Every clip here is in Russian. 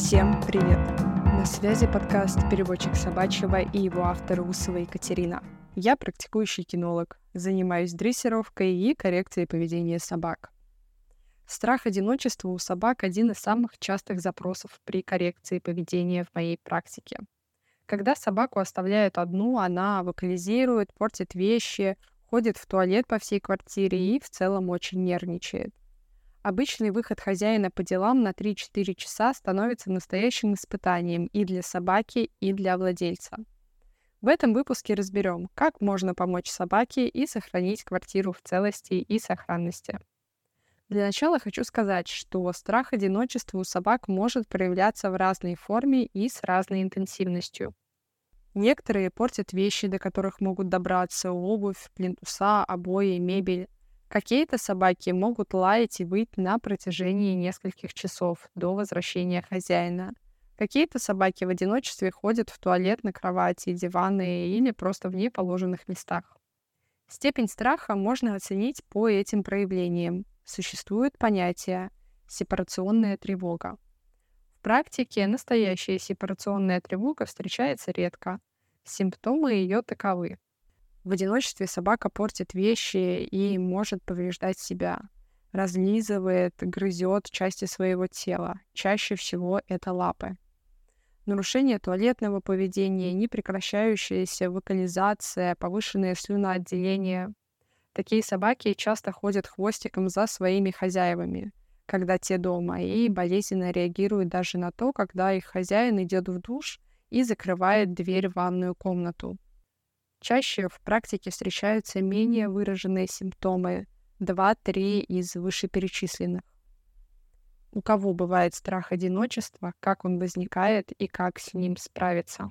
Всем привет! На связи подкаст «Переводчик собачьего» и его автор Усова Екатерина. Я практикующий кинолог, занимаюсь дрессировкой и коррекцией поведения собак. Страх одиночества у собак — один из самых частых запросов при коррекции поведения в моей практике. Когда собаку оставляют одну, она вокализирует, портит вещи, ходит в туалет по всей квартире и в целом очень нервничает. Обычный выход хозяина по делам на 3-4 часа становится настоящим испытанием и для собаки, и для владельца. В этом выпуске разберем, как можно помочь собаке и сохранить квартиру в целости и сохранности. Для начала хочу сказать, что страх одиночества у собак может проявляться в разной форме и с разной интенсивностью. Некоторые портят вещи, до которых могут добраться: обувь, плинтуса, обои, мебель. Какие-то собаки могут лаять и выть на протяжении нескольких часов до возвращения хозяина. Какие-то собаки в одиночестве ходят в туалет, на кровати, диваны или просто в неположенных местах. Степень страха можно оценить по этим проявлениям. Существует понятие «сепарационная тревога». В практике настоящая сепарационная тревога встречается редко. Симптомы ее таковы. В одиночестве собака портит вещи и может повреждать себя. Разлизывает, грызет части своего тела. Чаще всего это лапы. Нарушение туалетного поведения, непрекращающаяся вокализация, повышенное слюноотделение. Такие собаки часто ходят хвостиком за своими хозяевами, когда те дома, и болезненно реагируют даже на то, когда их хозяин идет в душ и закрывает дверь в ванную комнату. Чаще в практике встречаются менее выраженные симптомы, 2-3 из вышеперечисленных. У кого бывает страх одиночества, как он возникает и как с ним справиться?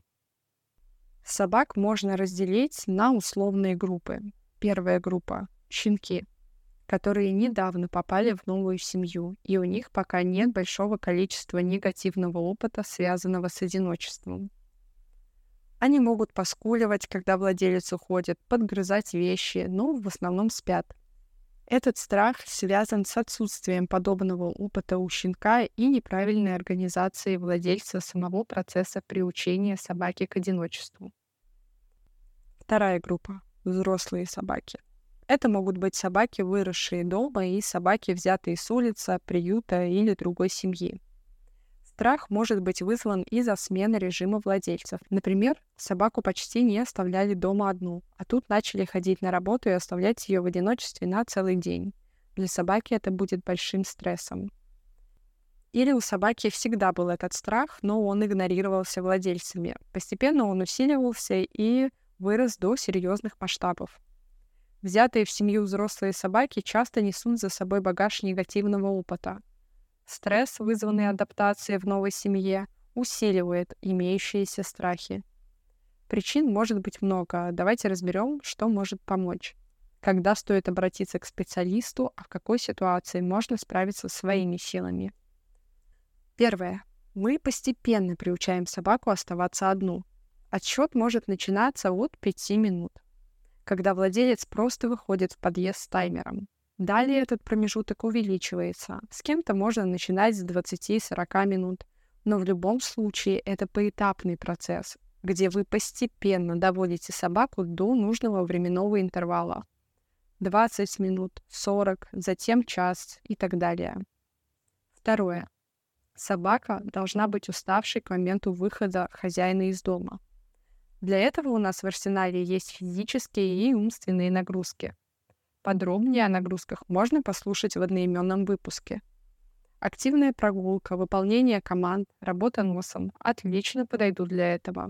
Собак можно разделить на условные группы. Первая группа — щенки, которые недавно попали в новую семью, и у них пока нет большого количества негативного опыта, связанного с одиночеством. Они могут поскуливать, когда владелец уходит, подгрызать вещи, но в основном спят. Этот страх связан с отсутствием подобного опыта у щенка и неправильной организацией владельца самого процесса приучения собаки к одиночеству. Вторая группа — взрослые собаки. Это могут быть собаки, выросшие дома, и собаки, взятые с улицы, приюта или другой семьи. Страх может быть вызван из-за смены режима владельцев. Например, собаку почти не оставляли дома одну, а тут начали ходить на работу и оставлять ее в одиночестве на целый день. Для собаки это будет большим стрессом. Или у собаки всегда был этот страх, но он игнорировался владельцами. Постепенно он усиливался и вырос до серьезных масштабов. Взятые в семью взрослые собаки часто несут за собой багаж негативного опыта. Стресс, вызванный адаптацией в новой семье, усиливает имеющиеся страхи. Причин может быть много. Давайте разберем, что может помочь. Когда стоит обратиться к специалисту, а в какой ситуации можно справиться своими силами. Первое. Мы постепенно приучаем собаку оставаться одну. Отсчет может начинаться от 5 минут, когда владелец просто выходит в подъезд с таймером. Далее этот промежуток увеличивается. С кем-то можно начинать с 20-40 минут, но в любом случае это поэтапный процесс, где вы постепенно доводите собаку до нужного временного интервала. 20 минут, 40, затем час и так далее. Второе. Собака должна быть уставшей к моменту выхода хозяина из дома. Для этого у нас в арсенале есть физические и умственные нагрузки. Подробнее о нагрузках можно послушать в одноименном выпуске. Активная прогулка, выполнение команд, работа носом отлично подойдут для этого.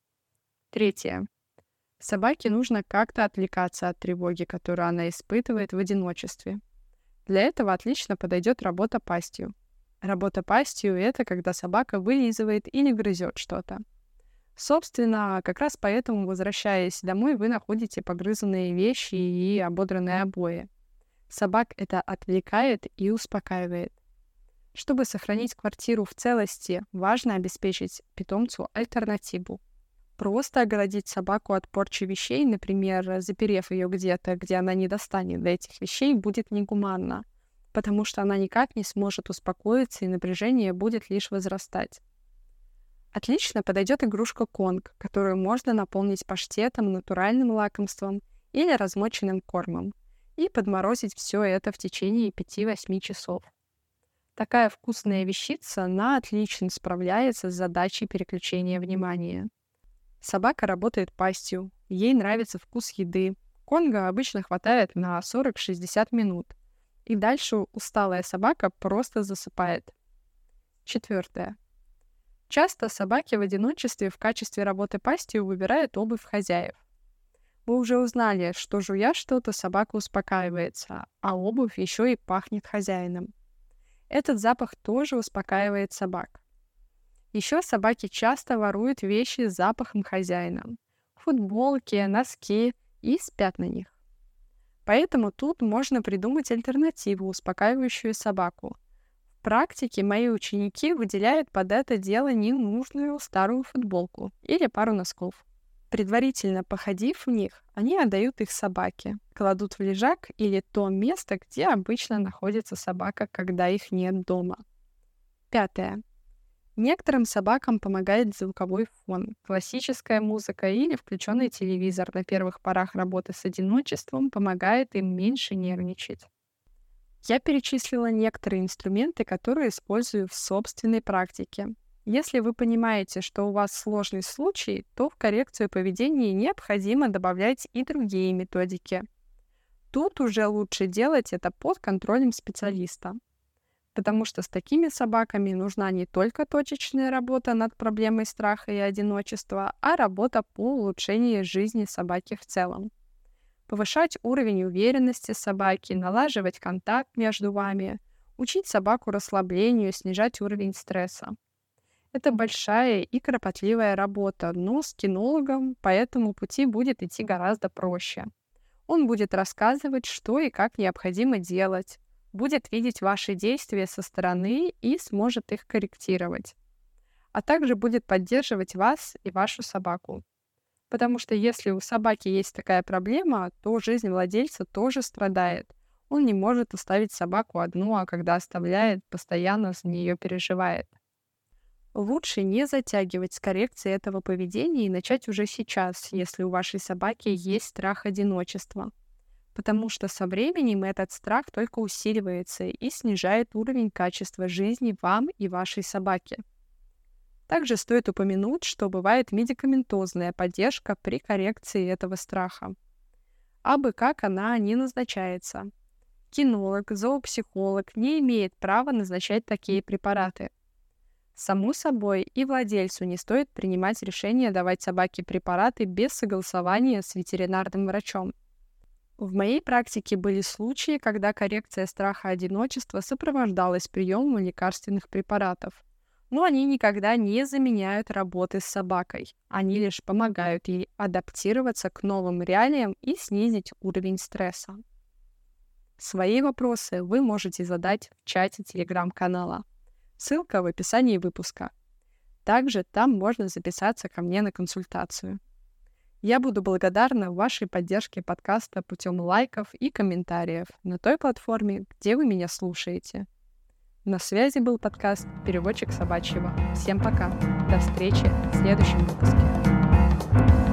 Третье. Собаке нужно как-то отвлекаться от тревоги, которую она испытывает в одиночестве. Для этого отлично подойдет работа пастью. Работа пастью — это когда собака вылизывает или грызет что-то. Собственно, как раз поэтому, возвращаясь домой, вы находите погрызанные вещи и ободранные обои. Собак это отвлекает и успокаивает. Чтобы сохранить квартиру в целости, важно обеспечить питомцу альтернативу. Просто оградить собаку от порчи вещей, например, заперев ее где-то, где она не достанет до этих вещей, будет негуманно, потому что она никак не сможет успокоиться, и напряжение будет лишь возрастать. Отлично подойдет игрушка Конг, которую можно наполнить паштетом, натуральным лакомством или размоченным кормом и подморозить все это в течение 5-8 часов. Такая вкусная вещица, она отлично справляется с задачей переключения внимания. Собака работает пастью, ей нравится вкус еды. Конга обычно хватает на 40-60 минут. И дальше усталая собака просто засыпает. 4. Часто собаки в одиночестве в качестве работы пастью выбирают обувь хозяев. Мы уже узнали, что жуя что-то, собака успокаивается, а обувь еще и пахнет хозяином. Этот запах тоже успокаивает собак. Еще собаки часто воруют вещи с запахом хозяина. Футболки, носки и спят на них. Поэтому тут можно придумать альтернативу, успокаивающую собаку. В практике мои ученики выделяют под это дело ненужную старую футболку или пару носков. Предварительно походив в них, они отдают их собаке, кладут в лежак или то место, где обычно находится собака, когда их нет дома. 5. Некоторым собакам помогает звуковой фон, классическая музыка или включенный телевизор на первых порах работы с одиночеством помогает им меньше нервничать. Я перечислила некоторые инструменты, которые использую в собственной практике. Если вы понимаете, что у вас сложный случай, то в коррекцию поведения необходимо добавлять и другие методики. Тут уже лучше делать это под контролем специалиста. Потому что с такими собаками нужна не только точечная работа над проблемой страха и одиночества, а работа по улучшению жизни собаки в целом. Повышать уровень уверенности собаки, налаживать контакт между вами, учить собаку расслаблению, снижать уровень стресса. Это большая и кропотливая работа, но с кинологом по этому пути будет идти гораздо проще. Он будет рассказывать, что и как необходимо делать, будет видеть ваши действия со стороны и сможет их корректировать, а также будет поддерживать вас и вашу собаку. Потому что если у собаки есть такая проблема, то жизнь владельца тоже страдает. Он не может оставить собаку одну, а когда оставляет, постоянно за нее переживает. Лучше не затягивать с коррекцией этого поведения и начать уже сейчас, если у вашей собаки есть страх одиночества. Потому что со временем этот страх только усиливается и снижает уровень качества жизни вам и вашей собаке. Также стоит упомянуть, что бывает медикаментозная поддержка при коррекции этого страха. Абы как она не назначается. Кинолог, зоопсихолог не имеет права назначать такие препараты. Само собой, и владельцу не стоит принимать решение давать собаке препараты без согласования с ветеринарным врачом. В моей практике были случаи, когда коррекция страха одиночества сопровождалась приемом лекарственных препаратов. Но они никогда не заменяют работы с собакой. Они лишь помогают ей адаптироваться к новым реалиям и снизить уровень стресса. Свои вопросы вы можете задать в чате телеграм-канала. Ссылка в описании выпуска. Также там можно записаться ко мне на консультацию. Я буду благодарна вашей поддержке подкаста путем лайков и комментариев на той платформе, где вы меня слушаете. На связи был подкаст «Переводчик собачьего». Всем пока. До встречи в следующем выпуске.